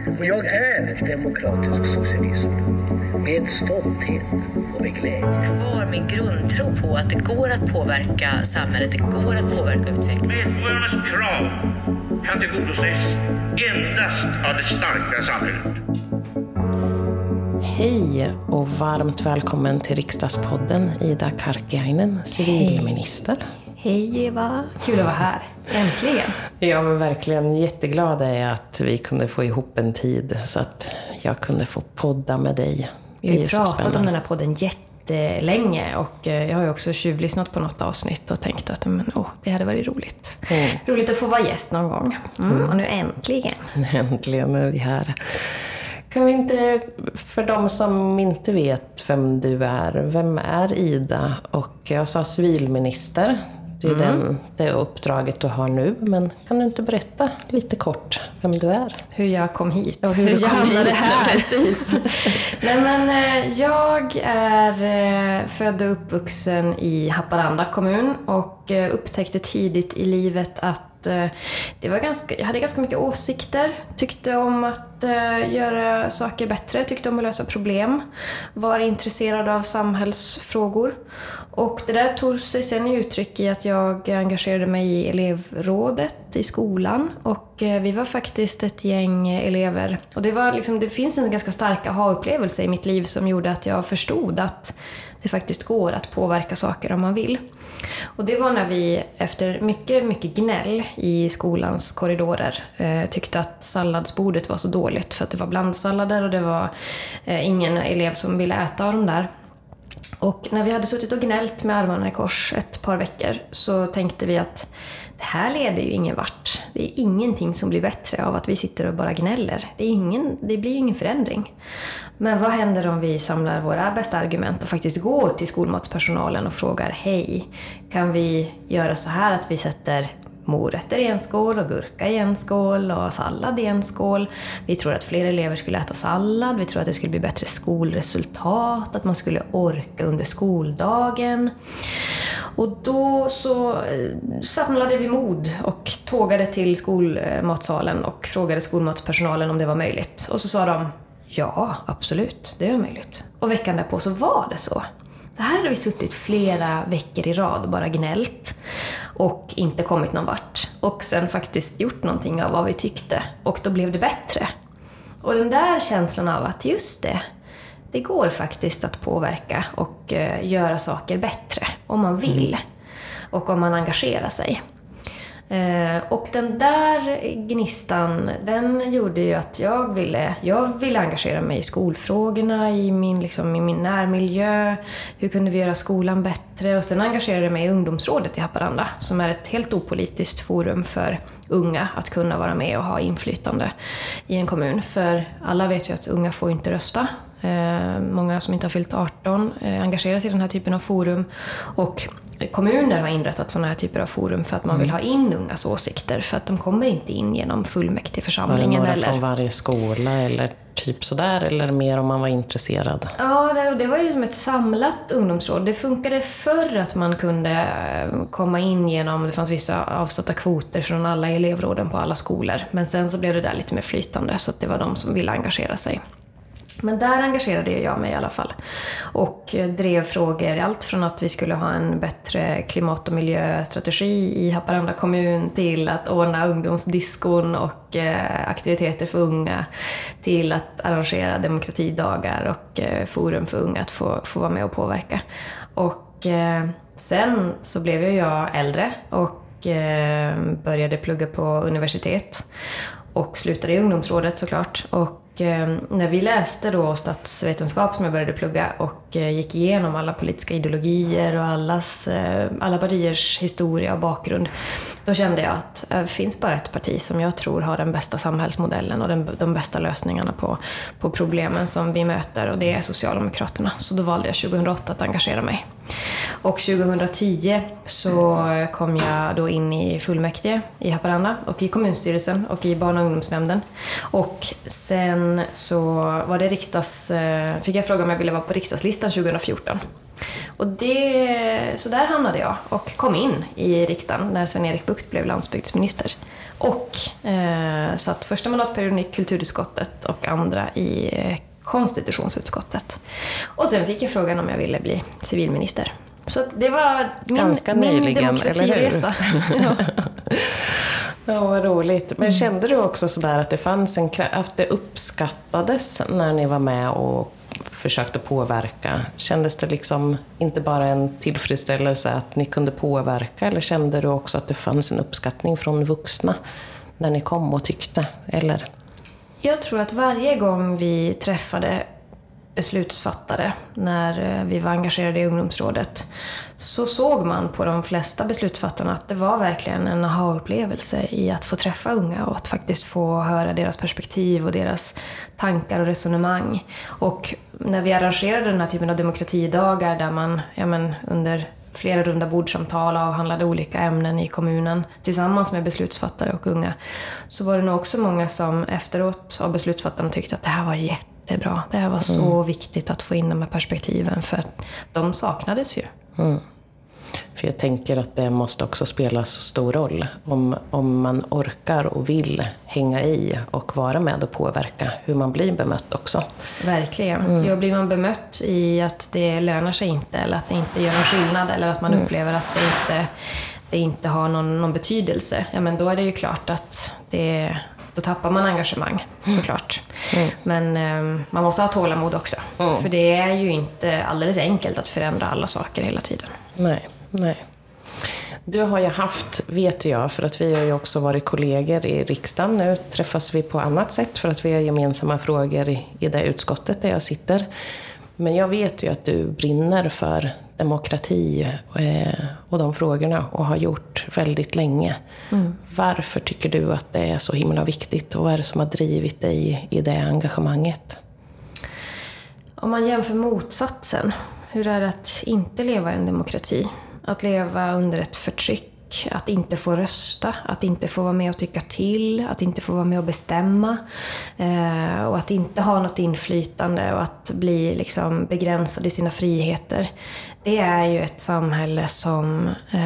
Och jag är demokratisk socialism med stolthet och med glädje. Kvar min grundtro på att det går att påverka samhället, det går att påverka utvecklingen. Medborgarnas krav kan tillgodoses endast av det starka samhället. Hej och varmt välkommen till Riksdagspodden, Ida Karkiainen, civilminister. Hej Eva, kul att vara här, äntligen. Ja, men verkligen jätteglad är jag att vi kunde få ihop en tid så att jag kunde få podda med dig. Vi har ju pratat om den här podden jättelänge och jag har ju också tjuvlyssnat på något avsnitt och tänkt att det hade varit roligt. Roligt att få vara gäst någon gång. Och nu äntligen. Äntligen är vi här. Kan vi inte, för de som inte vet vem du är, vem är Ida? Och jag sa civilminister, det är det uppdraget du har nu, men kan du inte berätta lite kort vem du är? Hur jag kom hit. Och hur jag hamnade här. Precis. Nej, men jag är född och uppvuxen i Haparanda kommun och upptäckte tidigt i livet att jag hade ganska mycket åsikter, tyckte om att göra saker bättre, tyckte om att lösa problem, var intresserad av samhällsfrågor. Och det där tog sig sen i uttryck i att jag engagerade mig i elevrådet i skolan. Och vi var faktiskt ett gäng elever. Och det finns en ganska stark aha-upplevelse i mitt liv som gjorde att jag förstod att det faktiskt går att påverka saker om man vill. Och det var när vi efter mycket, mycket gnäll i skolans korridorer tyckte att salladsbordet var så dåligt för att det var blandsallader och det var ingen elev som ville äta av dem där. Och när vi hade suttit och gnällt med armarna i kors ett par veckor så tänkte vi att det här leder ju ingen vart. Det är ingenting som blir bättre av att vi sitter och bara gnäller. Det blir ju ingen förändring. Men vad händer om vi samlar våra bästa argument och faktiskt går till skolmatspersonalen och frågar: hej, kan vi göra så här att vi sätter morötter i en skål och gurka i en skål och sallad i en skål. Vi tror att fler elever skulle äta sallad. Vi tror att det skulle bli bättre skolresultat, att man skulle orka under skoldagen. Och då så samlade vi mod och tågade till skolmatsalen och frågade skolmatspersonalen om det var möjligt. Och så sa de: ja, absolut, det är möjligt. Och veckan därpå så var det så. Så här hade vi suttit flera veckor i rad och bara gnällt och inte kommit någon vart. Och sen faktiskt gjort någonting av vad vi tyckte. Och då blev det bättre. Och den där känslan av att just det går faktiskt att påverka och göra saker bättre om man vill och om man engagerar sig. Och den där gnistan, den gjorde ju att jag ville engagera mig i skolfrågorna, i min närmiljö. Hur kunde vi göra skolan bättre? Och sen engagerade jag mig i ungdomsrådet i Haparanda, som är ett helt opolitiskt forum för unga att kunna vara med och ha inflytande i en kommun. För alla vet ju att unga får inte rösta. Många som inte har fyllt 18 engagerar sig i den här typen av forum. Och kommuner har inrättat sådana här typer av forum för att man vill ha in ungas åsikter. För att de kommer inte in genom fullmäktigeförsamlingen. Var det några från varje skola eller typ sådär? Eller mer om man var intresserad? Ja, det var ju som ett samlat ungdomsråd. Det funkade förr att man kunde komma in genom, det fanns vissa avsatta kvoter från alla elevråden på alla skolor. Men sen så blev det där lite mer flytande så att det var de som ville engagera sig. Men där engagerade jag mig i alla fall och drev frågor, allt från att vi skulle ha en bättre klimat- och miljöstrategi i Haparanda kommun till att ordna ungdomsdiskon och aktiviteter för unga, till att arrangera demokratidagar och forum för unga att få vara med och påverka. Och sen så blev jag äldre och började plugga på universitet och slutade i ungdomsrådet såklart. Och när vi läste då statsvetenskap som jag började plugga och gick igenom alla politiska ideologier och alla partiers historia och bakgrund, då kände jag att det finns bara ett parti som jag tror har den bästa samhällsmodellen och de bästa lösningarna på problemen som vi möter, och det är Socialdemokraterna. Så då valde jag 2008 att engagera mig. Och 2010 så kom jag då in i fullmäktige i Haparanda och i kommunstyrelsen och i barn- och ungdomsnämnden. Och sen så var det fick jag fråga om jag ville vara på riksdagslistan 2014. Så där hamnade jag och kom in i riksdagen när Sven-Erik Bucht blev landsbygdsminister. Och satt första mandatperioden i kulturutskottet och andra i konstitutionsutskottet. Och sen fick jag frågan om jag ville bli civilminister. Så det var min demokratiresa. Ja, vad roligt. Men kände du också sådär att det fanns att det uppskattades när ni var med och försökte påverka? Kändes det liksom inte bara en tillfredsställelse att ni kunde påverka, eller kände du också att det fanns en uppskattning från vuxna när ni kom och tyckte? Eller? Jag tror att varje gång vi träffade beslutsfattare när vi var engagerade i ungdomsrådet, så såg man på de flesta beslutsfattarna att det var verkligen en aha-upplevelse i att få träffa unga och att faktiskt få höra deras perspektiv och deras tankar och resonemang. Och när vi arrangerade den här typen av demokratidagar där man under flera runda bordsamtal avhandlade olika ämnen i kommunen tillsammans med beslutsfattare och unga, så var det nog också många som efteråt av beslutsfattarna tyckte att det här var jättebra. Det här var så viktigt att få in de här perspektiven, för att de saknades ju. För jag tänker att det måste också spela så stor roll om man orkar och vill hänga i och vara med och påverka hur man blir bemött också. Verkligen. Ja, blir man bemött i att det lönar sig inte, eller att det inte gör någon skillnad, eller att man upplever att det inte har någon betydelse, ja, men då är det ju klart att då tappar man engagemang, såklart. Men man måste ha tålamod också. För det är ju inte alldeles enkelt att förändra alla saker hela tiden. Nej. Du har ju haft, vet jag, för att vi har ju också varit kollegor i riksdagen. Nu träffas vi på annat sätt för att vi har gemensamma frågor i det utskottet där jag sitter. Men jag vet ju att du brinner för demokrati och de frågorna och har gjort väldigt länge. Varför tycker du att det är så himla viktigt, och vad är det som har drivit dig i det engagemanget? Om man jämför motsatsen, hur är det att inte leva i en demokrati? Att leva under ett förtryck, att inte få rösta, att inte få vara med och tycka till, att inte få vara med och bestämma, och att inte ha något inflytande och att bli liksom begränsad i sina friheter. Det är ju ett samhälle som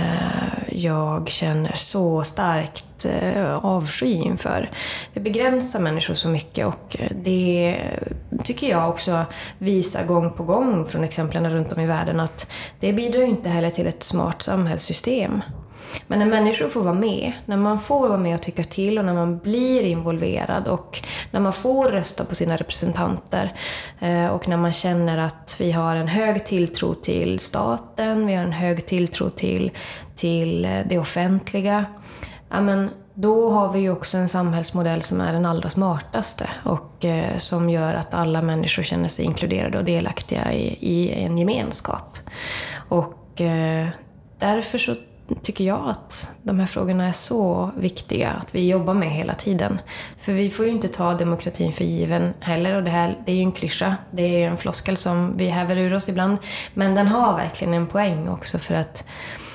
jag känner så starkt avsky inför. Det begränsar människor så mycket, och det tycker jag också visar gång på gång från exemplen runt om i världen att det bidrar ju inte heller till ett smart samhällssystem. Men när människor får vara med, när man får vara med och tycka till, och när man blir involverad och när man får rösta på sina representanter, och när man känner att vi har en hög tilltro till staten, vi har en hög tilltro till det offentliga, ja, men då har vi ju också en samhällsmodell som är den allra smartaste och som gör att alla människor känner sig inkluderade och delaktiga i en gemenskap. Och därför så tycker jag att de här frågorna är så viktiga att vi jobbar med hela tiden. För vi får ju inte ta demokratin för given heller, och det är ju en klyscha. Det är ju en floskel som vi häver ur oss ibland. Men den har verkligen en poäng också, för att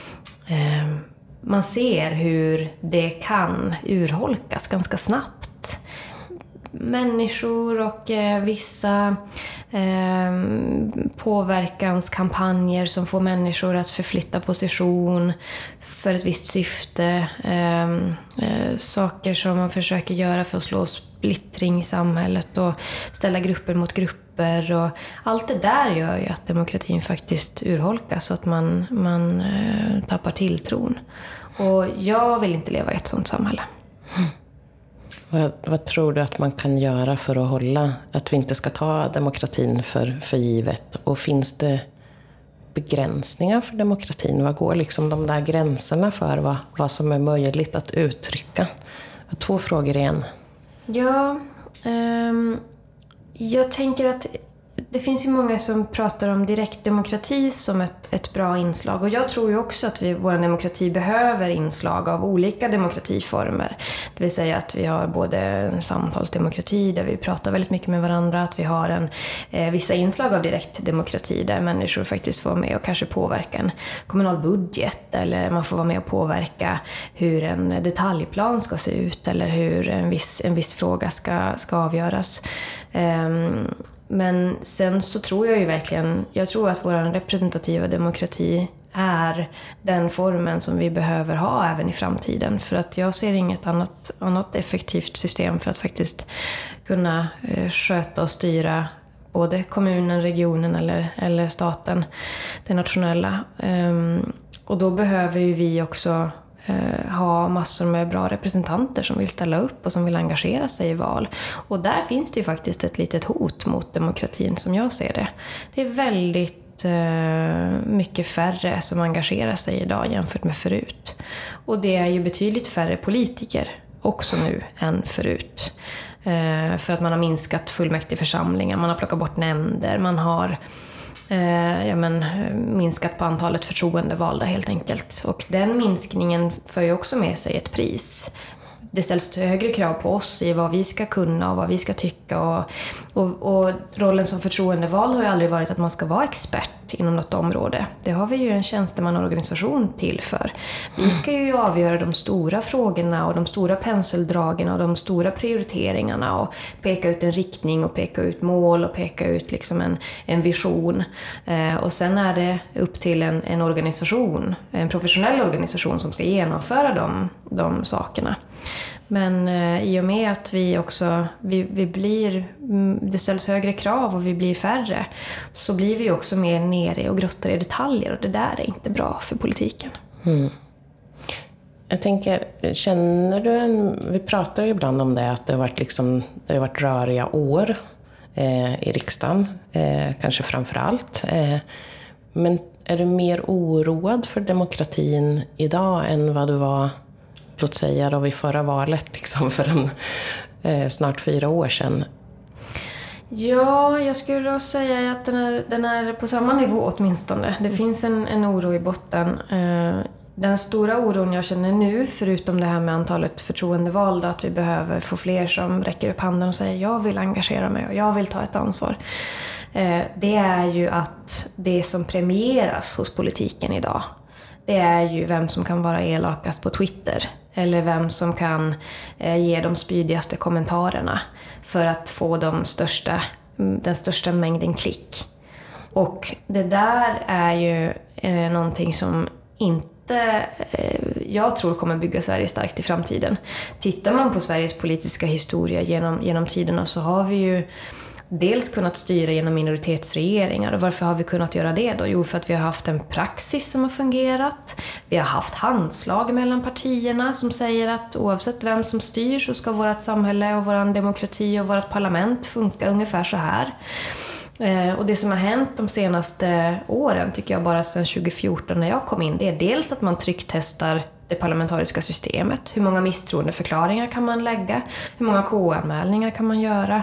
man ser hur det kan urholkas ganska snabbt. Människor och vissa påverkanskampanjer som får människor att förflytta position för ett visst syfte. Saker som man försöker göra för att slå splittring i samhället och ställa grupper mot grupper. Och allt det där gör ju att demokratin faktiskt urholkas, så att man tappar tilltron. Och jag vill inte leva i ett sånt samhälle. Vad tror du att man kan göra för att hålla att vi inte ska ta demokratin för givet? Och finns det begränsningar för demokratin? Vad går liksom de där gränserna för vad som är möjligt att uttrycka? 2 frågor igen. Ja, jag tänker att det finns ju många som pratar om direktdemokrati som ett bra inslag. Och jag tror ju också att vår demokrati behöver inslag av olika demokratiformer. Det vill säga att vi har både en samtalsdemokrati där vi pratar väldigt mycket med varandra. Att vi har vissa inslag av direktdemokrati där människor faktiskt får med och kanske påverka en kommunal budget. Eller man får vara med och påverka hur en detaljplan ska se ut. Eller hur en viss fråga ska avgöras. Men sen så tror jag ju verkligen, jag tror att vår representativa demokrati är den formen som vi behöver ha även i framtiden. För att jag ser inget annat effektivt system för att faktiskt kunna sköta och styra både kommunen, regionen eller staten, det nationella. Och då behöver ju vi också ha massor med bra representanter som vill ställa upp och som vill engagera sig i val. Och där finns det ju faktiskt ett litet hot mot demokratin som jag ser det. Det är väldigt mycket färre som engagerar sig idag jämfört med förut. Och det är ju betydligt färre politiker också nu än förut. För att man har minskat fullmäktigeförsamlingar, man har plockat bort nämnder, man har minskat på antalet förtroendevalda helt enkelt. Och den minskningen för ju också med sig ett pris. Det ställs högre krav på oss i vad vi ska kunna och vad vi ska tycka. Och rollen som förtroendevald har ju aldrig varit att man ska vara expert inom något område. Det har vi ju en tjänstemannaorganisation till för. Vi ska ju avgöra de stora frågorna och de stora penseldragen och de stora prioriteringarna och peka ut en riktning och peka ut mål och peka ut liksom en vision. Och sen är det upp till en organisation, en professionell organisation som ska genomföra de sakerna. Men i och med att vi också, det ställs högre krav och vi blir färre, så blir vi också mer nere och grottar i detaljer, och det där är inte bra för politiken. Jag tänker, känner du vi pratar ju ibland om det, att det har varit röriga år i riksdagen, kanske framför allt. Men är du mer oroad för demokratin idag än vad du var, låt säga då, vid förra valet, liksom för snart 4 år sedan? Ja, jag skulle då säga att den är på samma nivå åtminstone. Det finns en oro i botten. Den stora oron jag känner nu, förutom det här med antalet förtroendevalda, att vi behöver få fler som räcker upp handen och säger jag vill engagera mig och jag vill ta ett ansvar. Det är ju att det som premieras hos politiken idag, det är ju vem som kan vara elakast på Twitter. Eller vem som kan ge de spydigaste kommentarerna för att få den största mängden klick. Och det där är ju någonting som inte jag tror kommer bygga Sverige starkt i framtiden. Tittar man på Sveriges politiska historia genom tiderna, så har vi ju dels kunnat styra genom minoritetsregeringar. Och varför har vi kunnat göra det då? Jo, för att vi har haft en praxis som har fungerat. Vi har haft handslag mellan partierna som säger att oavsett vem som styr så ska vårt samhälle och vår demokrati och vårt parlament funka ungefär så här. Och det som har hänt de senaste åren, tycker jag, bara sedan 2014 när jag kom in, det är dels att man trycktestar det parlamentariska systemet. Hur många misstroendeförklaringar kan man lägga? Hur många KU-anmälningar kan man göra?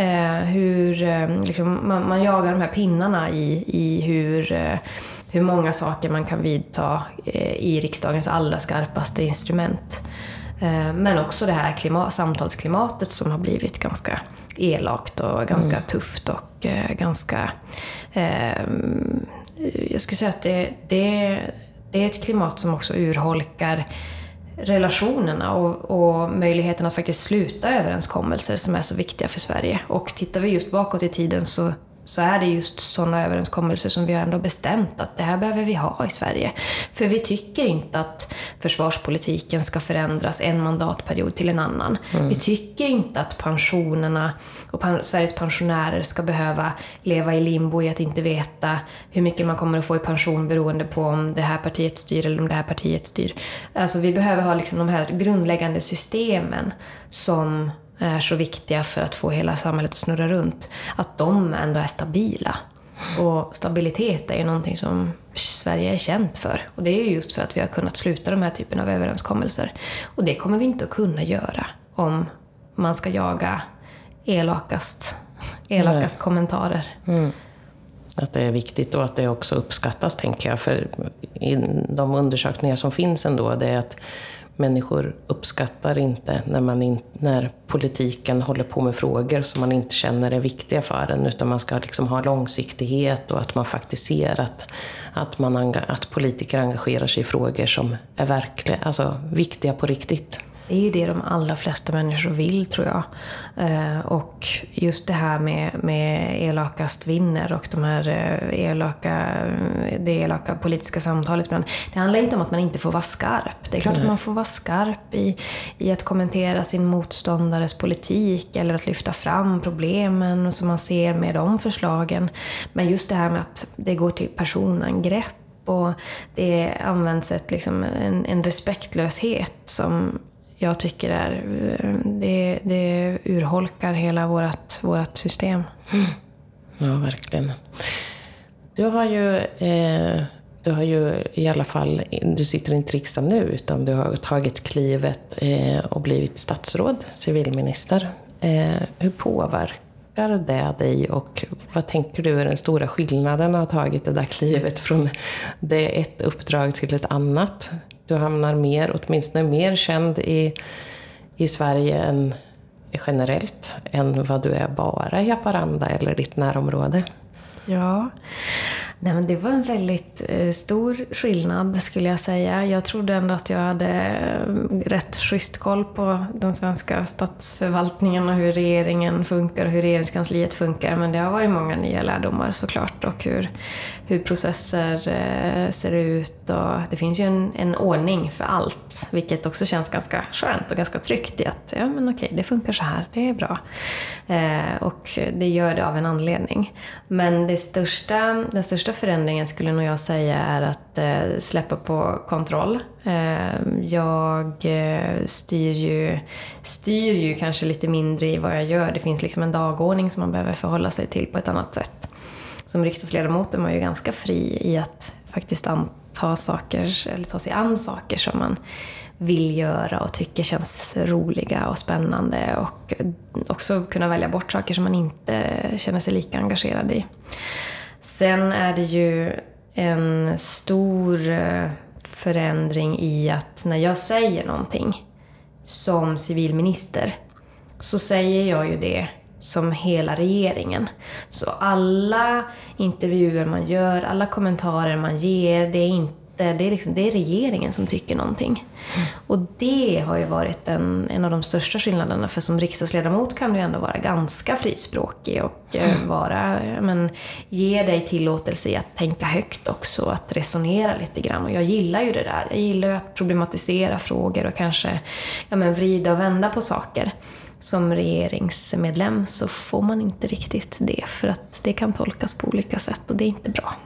Man jagar de här pinnarna i hur många saker man kan vidta i riksdagens allra skarpaste instrument. Men också det här samtalsklimatet som har blivit ganska elakt och ganska tufft och ganska... jag skulle säga att det är ett klimat som också urholkar relationerna och möjligheten att faktiskt sluta överenskommelser som är så viktiga för Sverige. Och tittar vi just bakåt i tiden så är det just sådana överenskommelser som vi har ändå bestämt att det här behöver vi ha i Sverige. För vi tycker inte att försvarspolitiken ska förändras en mandatperiod till en annan. Vi tycker inte att pensionerna och Sveriges pensionärer ska behöva leva i limbo i att inte veta hur mycket man kommer att få i pension beroende på om det här partiet styr eller om det här partiet styr. Alltså vi behöver ha liksom de här grundläggande systemen som är så viktiga för att få hela samhället att snurra runt, att de ändå är stabila. Och stabilitet är ju någonting som Sverige är känt för. Och det är ju just för att vi har kunnat sluta de här typen av överenskommelser. Och det kommer vi inte att kunna göra om man ska jaga elakast kommentarer. Att det är viktigt och att det också uppskattas, tänker jag. För i de undersökningar som finns ändå, det är att människor uppskattar inte när politiken håller på med frågor som man inte känner är viktiga för en, utan man ska liksom ha långsiktighet och att man faktiskt ser att politiker engagerar sig i frågor som är verkligen, alltså viktiga på riktigt. Det är ju det de allra flesta människor vill, tror jag. Och just det här med elakast vinner och de här det elaka politiska samtalet. Men det handlar inte om att man inte får vara skarp. Det är klart att man får vara skarp i att kommentera sin motståndares politik eller att lyfta fram problemen som man ser med de förslagen. Men just det här med att det går till personangrepp och det används en respektlöshet som jag tycker det urholkar hela vårt system. Ja, verkligen. Du har ju i alla fall, du sitter inte i riksdagen nu, utan du har tagit klivet och blivit statsråd, civilminister. Hur påverkar det dig och vad tänker du är den stora skillnaden att ha tagit det där klivet från det ett uppdrag till ett annat? Du hamnar åtminstone mer känd i Sverige än generellt än vad du är bara i Haparanda eller ditt närområde. Ja, nej, men det var en väldigt stor skillnad skulle jag säga. Jag trodde ändå att jag hade rätt schysst koll på den svenska statsförvaltningen och hur regeringen funkar och hur regeringskansliet funkar. Men det har varit många nya lärdomar såklart och hur processer ser ut. Och det finns ju en ordning för allt, vilket också känns ganska skönt och ganska tryggt i att ja, men okej, det funkar så här, det är bra. Och det gör det av en anledning. Men den största förändringen skulle nog jag säga är att släppa på kontroll. Jag styr ju kanske lite mindre i vad jag gör. Det finns liksom en dagordning som man behöver förhålla sig till på ett annat sätt. Som riksdagsledamot är man ju ganska fri i att faktiskt ta sig an saker som man vill göra och tycker känns roliga och spännande, och också kunna välja bort saker som man inte känner sig lika engagerad i. Sen är det ju en stor förändring i att när jag säger någonting som civilminister så säger jag ju det som hela regeringen. Så alla intervjuer man gör, alla kommentarer man ger, det är regeringen som tycker någonting. Och det har ju varit en av de största skillnaderna, för som riksdagsledamot kan du ändå vara ganska frispråkig och ge dig tillåtelse i att tänka högt också, att resonera lite grann. Och jag gillar ju det där. Jag gillar ju att problematisera frågor och kanske vrida och vända på saker. Som regeringsmedlem så får man inte riktigt det, för att det kan tolkas på olika sätt och det är inte bra.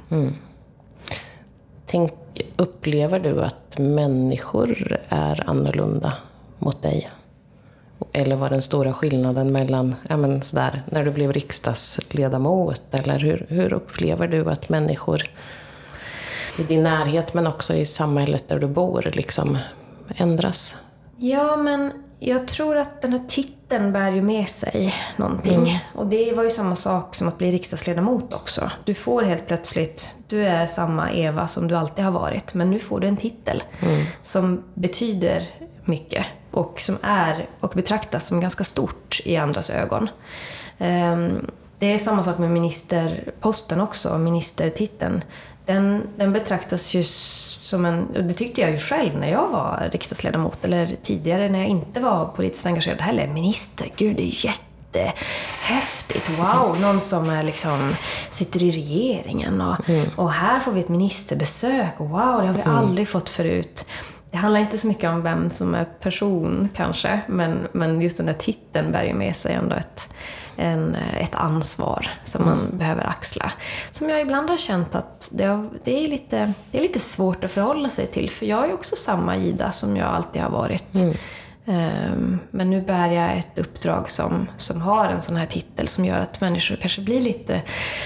Upplever du att människor är annorlunda mot dig? Eller var den stora skillnaden mellan när du blev riksdagsledamot? Eller hur upplever du att människor i din närhet men också i samhället där du bor liksom ändras? Ja, men jag tror att den här titeln bär ju med sig någonting. Och det var ju samma sak som att bli riksdagsledamot också. Du får helt plötsligt, du är samma Eva som du alltid har varit. Men nu får du en titel som betyder mycket. Och som är och betraktas som ganska stort i andras ögon. Det är samma sak med ministerposten också, ministertiteln. Den betraktas ju som och det tyckte jag ju själv när jag var riksdagsledamot, eller tidigare när jag inte var politiskt engagerad heller. Minister, gud, det är jättehäftigt. Wow, någon som är sitter i regeringen och här får vi ett ministerbesök. Wow, det har vi aldrig fått förut. Det handlar inte så mycket om vem som är person kanske, men just den där titeln bär ju med sig ändå ett ansvar som man behöver axla. Som jag ibland har känt att det är lite svårt att förhålla sig till, för jag är också samma Ida som jag alltid har varit. Men nu bär jag ett uppdrag som har en sån här titel som gör att människor kanske blir lite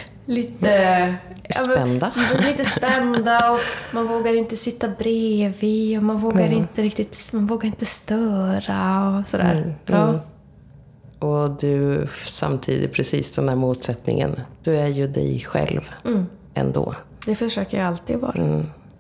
spända. Lite spända, och man vågar inte sitta bredvid och man vågar inte störa och sådär. Och du samtidigt precis den här motsättningen. Du är ju dig själv ändå. Det försöker jag alltid vara.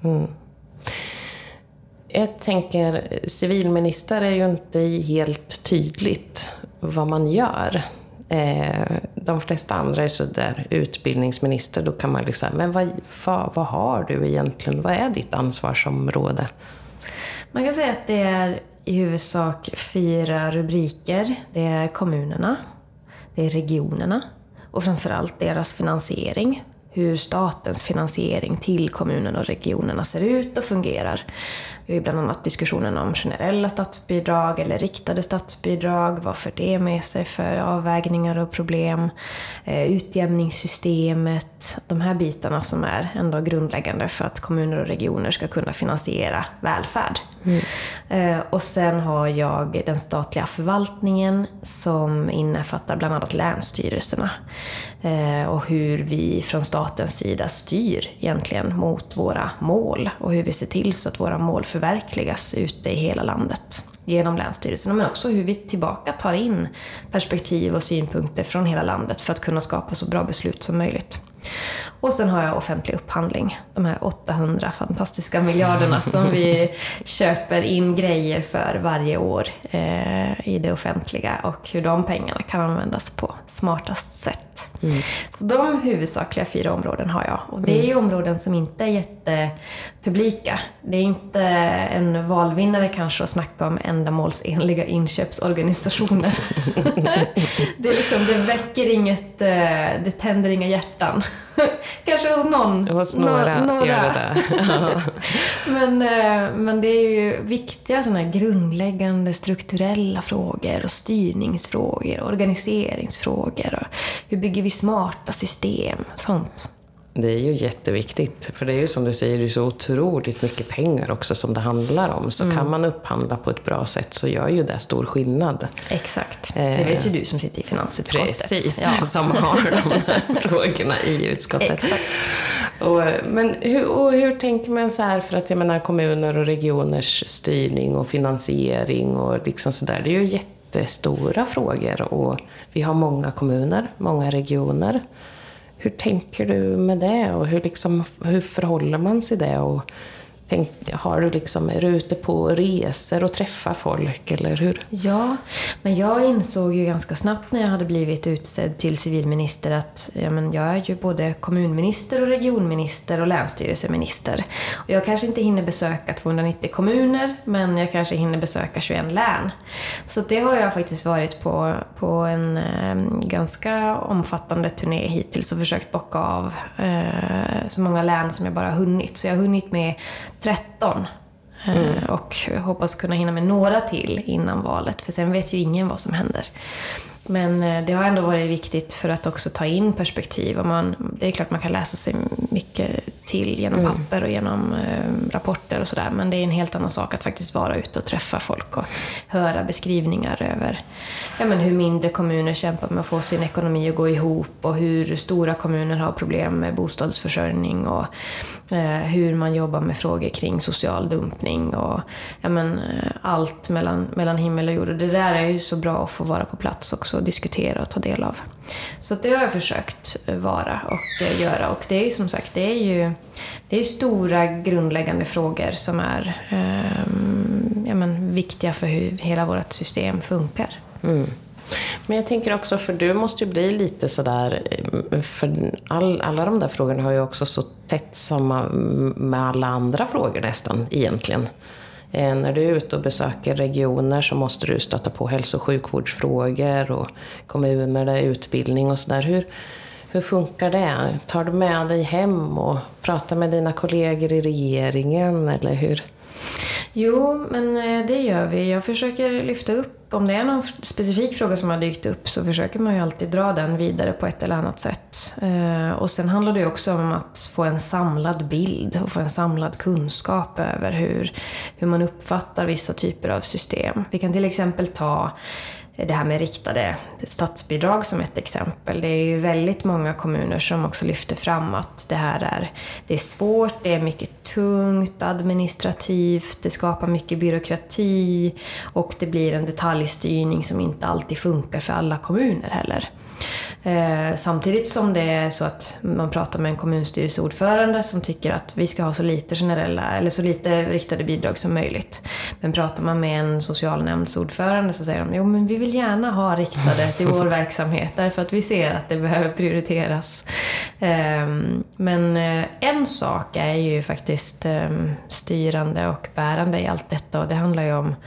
Jag tänker, civilminister är ju inte helt tydligt vad man gör. De flesta andra är så där utbildningsminister, då kan man men vad har du egentligen? Vad är ditt ansvarsområde? Man kan säga att det är i huvudsak 4 rubriker. Det är kommunerna, det är regionerna och framförallt deras finansiering. Hur statens finansiering till kommunerna och regionerna ser ut och fungerar. Vi har bland annat diskussionen om generella statsbidrag eller riktade statsbidrag. Vad för det med sig för avvägningar och problem. Utjämningssystemet. De här bitarna som är ändå grundläggande för att kommuner och regioner ska kunna finansiera välfärd. Och sen har jag den statliga förvaltningen som innefattar bland annat länsstyrelserna. Och hur vi från statens sida styr egentligen mot våra mål och hur vi ser till så att våra mål förverkligas ute i hela landet genom länsstyrelserna, men också hur vi tillbaka tar in perspektiv och synpunkter från hela landet för att kunna skapa så bra beslut som möjligt. Och sen har jag offentlig upphandling, de här 800 fantastiska miljarderna som vi köper in grejer för varje år i det offentliga och hur de pengarna kan användas på smartast sätt. Så de huvudsakliga 4 områden har jag. Och det är ju områden som inte är jättepublika. Det är inte en valvinnare kanske att snacka om ändamålsenliga inköpsorganisationer. Det är liksom, det väcker inget, det tänder inga hjärtan. Kanske hos någon. Hos några. Gör det där. Men det är ju viktiga såna här grundläggande strukturella frågor och styrningsfrågor, organiseringsfrågor och hur bygger vi smarta system, sånt. Det är ju jätteviktigt, för det är ju som du säger, det är så otroligt mycket pengar också som det handlar om. Så kan man upphandla på ett bra sätt så gör ju det stor skillnad. Exakt, det vet ju du som sitter i finansutskottet. Precis, som har de här frågorna i utskottet. Exakt. Men hur tänker man så här, för att jag menar kommuner och regioners styrning och finansiering och liksom sådär, det är ju jättestora frågor och vi har många kommuner, många regioner. Hur tänker du med det och hur förhåller man sig det? Och är du ute på resor och träffar folk eller hur? Ja, men jag insåg ju ganska snabbt när jag hade blivit utsedd till civilminister att jag är ju både kommunminister och regionminister och länsstyrelseminister. Och jag kanske inte hinner besöka 290 kommuner, men jag kanske hinner besöka 21 län. Så det har jag faktiskt varit på en ganska omfattande turné hittills och försökt bocka av så många län som jag bara har hunnit. Så jag har hunnit med 13 och hoppas kunna hinna med några till innan valet, för sen vet ju ingen vad som händer. Men det har ändå varit viktigt för att också ta in perspektiv. Det är klart man kan läsa sig mycket till genom papper och genom rapporter och sådär. Men det är en helt annan sak att faktiskt vara ute och träffa folk och höra beskrivningar över hur mindre kommuner kämpar med att få sin ekonomi att gå ihop och hur stora kommuner har problem med bostadsförsörjning och hur man jobbar med frågor kring social dumpning och allt mellan himmel och jord. Och det där är ju så bra att få vara på plats också och diskutera och ta del av. Så det har jag försökt vara och göra. Och det är ju som sagt, det är stora grundläggande frågor som är viktiga för hur hela vårt system funkar. Men jag tänker också, för du måste ju bli lite sådär, för alla de där frågorna har ju också så tätt samma med alla andra frågor nästan egentligen. När du är ute och besöker regioner så måste du stöta på hälso- och sjukvårdsfrågor och kommuner där utbildning och sådär. Hur funkar det? Tar du med dig hem och pratar med dina kollegor i regeringen eller hur? Jo, men det gör vi. Jag försöker lyfta upp, om det är någon specifik fråga som har dykt upp så försöker man ju alltid dra den vidare på ett eller annat sätt. Och sen handlar det ju också om att få en samlad bild och få en samlad kunskap över hur man uppfattar vissa typer av system. Vi kan till exempel ta det här med riktade statsbidrag som ett exempel. Det är ju väldigt många kommuner som också lyfter fram att det är svårt, det är mycket tungt administrativt, det skapar mycket byråkrati och det blir en detaljstyrning som inte alltid funkar för alla kommuner heller. Samtidigt som det är så att man pratar med en kommunstyrelseordförande som tycker att vi ska ha så lite generella eller så lite riktade bidrag som möjligt. Men pratar man med en socialnämndsordförande så säger de men vi vill gärna ha riktade till vår verksamhet därför att vi ser att det behöver prioriteras. Men en sak är ju faktiskt styrande och bärande i allt detta och det handlar ju om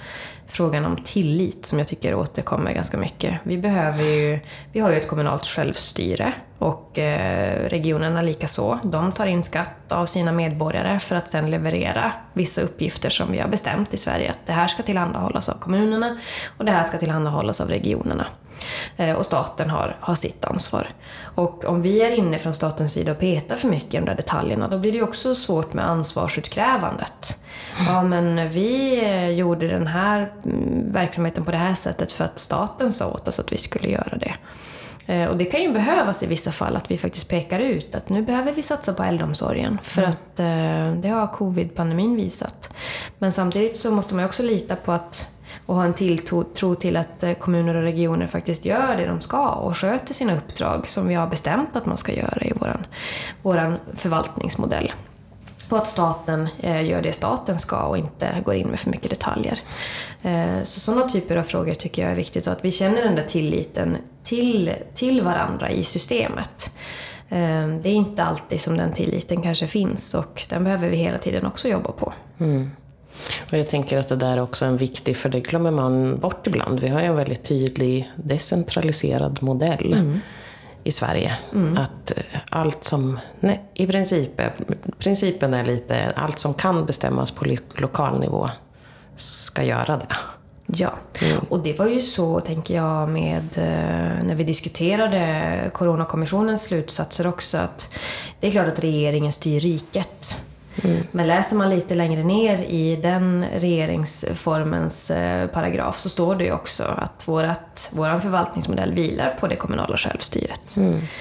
frågan om tillit som jag tycker återkommer ganska mycket. Vi har ju ett kommunalt självstyre och regionerna lika så. De tar in skatt av sina medborgare för att sedan leverera vissa uppgifter som vi har bestämt i Sverige. Att det här ska tillhandahållas av kommunerna och det här ska tillhandahållas av regionerna. Och staten har sitt ansvar. Och om vi är inne från statens sida och petar för mycket i de där detaljerna, då blir det också svårt med ansvarsutkrävandet. Ja, men vi gjorde den här verksamheten på det här sättet för att staten sa åt oss att vi skulle göra det. Och det kan ju behövas i vissa fall att vi faktiskt pekar ut att nu behöver vi satsa på äldreomsorgen för att det har covid-pandemin visat. Men samtidigt så måste man också lita på att och ha en tilltro till att kommuner och regioner faktiskt gör det de ska och sköter sina uppdrag som vi har bestämt att man ska göra i våran förvaltningsmodell. Och att staten gör det staten ska och inte går in med för mycket detaljer. Så sådana typer av frågor tycker jag är viktigt och att vi känner den där tilliten till varandra i systemet. Det är inte alltid som den tilliten kanske finns och den behöver vi hela tiden också jobba på. Mm. Och jag tänker att det där är också en viktig, för det glömmer man bort ibland. Vi har ju en väldigt tydlig decentraliserad modell i Sverige. Att allt som, i principen är lite, allt som kan bestämmas på lokal nivå ska göra det. Ja, och det var ju så, tänker jag, med när vi diskuterade Coronakommissionens slutsatser också, att det är klart att regeringen styr riket. Men läser man lite längre ner i den regeringsformens paragraf så står det ju också att vår förvaltningsmodell vilar på det kommunala självstyret.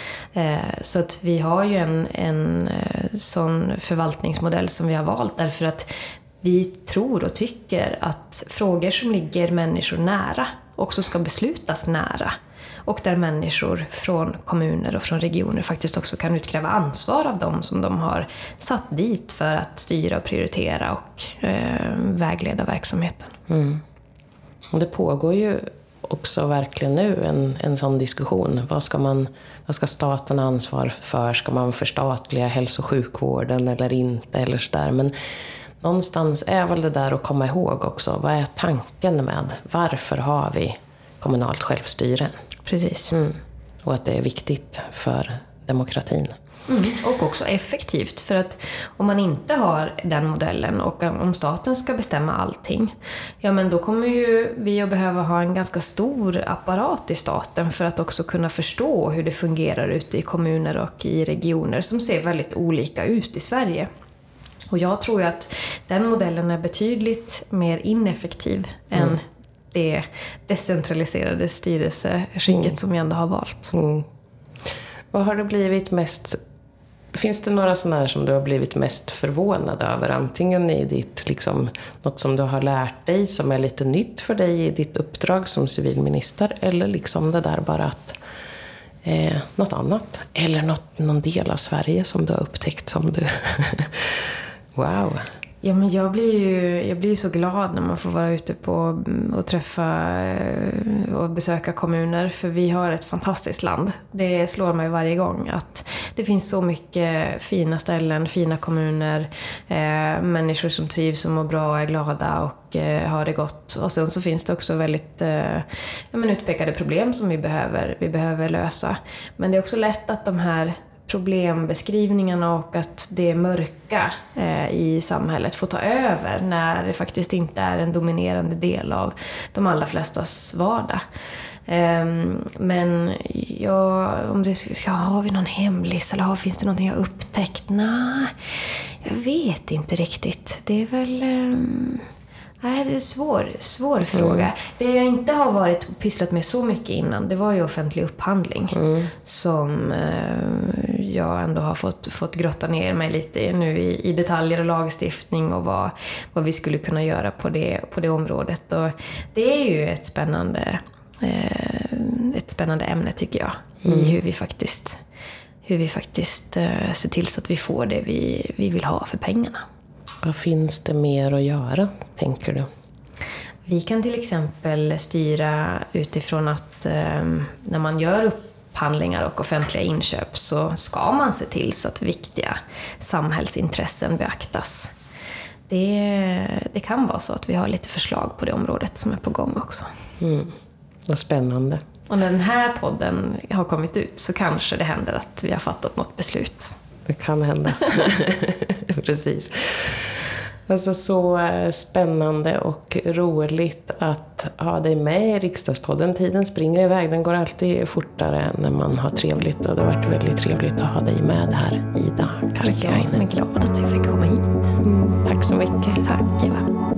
Så att vi har ju en sån förvaltningsmodell som vi har valt därför att vi tror och tycker att frågor som ligger människor nära också ska beslutas nära. Och där människor från kommuner och från regioner faktiskt också kan utkräva ansvar av dem som de har satt dit för att styra och prioritera och vägleda verksamheten. Och det pågår ju också verkligen nu en sån diskussion. Vad ska staten ha ansvar för? Ska man förstatliga hälso- och sjukvården eller inte? Eller så där. Men någonstans är väl det där att komma ihåg också. Vad är tanken med? Varför har vi kommunalt självstyre? Precis. Och att det är viktigt för demokratin. Och också effektivt, för att om man inte har den modellen och om staten ska bestämma allting, ja men då kommer ju vi att behöva ha en ganska stor apparat i staten för att också kunna förstå hur det fungerar ute i kommuner och i regioner som ser väldigt olika ut i Sverige. Och jag tror ju att den modellen är betydligt mer ineffektiv än det decentraliserade styrelseskicket som vi ändå har valt. Vad har det blivit mest... Finns det några sådana här som du har blivit mest förvånad över? Antingen i ditt, liksom, något som du har lärt dig som är lite nytt för dig i ditt uppdrag som civilminister, eller liksom det där bara att något annat, eller någon del av Sverige som du har upptäckt som du... Wow. Ja, men jag blir ju så glad när man får vara ute på och träffa och besöka kommuner, för vi har ett fantastiskt land. Det slår mig varje gång att det finns så mycket fina ställen, fina kommuner, människor som trivs och mår bra och är glada och har det gott. Och sen så finns det också väldigt utpekade problem som vi behöver lösa. Men det är också lätt att de här problembeskrivningarna och att det mörka i samhället får ta över när det faktiskt inte är en dominerande del av de allra flestas vardag. Men har vi någon hemlis eller finns det någonting jag upptäckt? Nej, jag vet inte riktigt. Det är väl... Nej, det är en svår fråga. Det jag inte har pysslat med så mycket innan, det var ju offentlig upphandling. Som jag ändå har fått grotta ner mig lite nu i detaljer och lagstiftning och vad vi skulle kunna göra på det området. Och det är ju ett spännande ämne tycker jag, i hur vi faktiskt ser till så att vi får det vi vill ha för pengarna. Vad finns det mer att göra, tänker du? Vi kan till exempel styra utifrån att när man gör upphandlingar och offentliga inköp så ska man se till så att viktiga samhällsintressen beaktas. det kan vara så att vi har lite förslag på det området som är på gång också. Vad spännande. Och när den här podden har kommit ut så kanske det händer att vi har fattat något beslut. Det kan hända. Precis. Alltså så spännande och roligt att ha dig med i Riksdagspodden. Tiden springer iväg, den går alltid fortare när man har trevligt. Och det har varit väldigt trevligt att ha dig med här, Ida Karkiainen. Jag är glad att jag fick komma hit. Tack så mycket. Tack, Eva.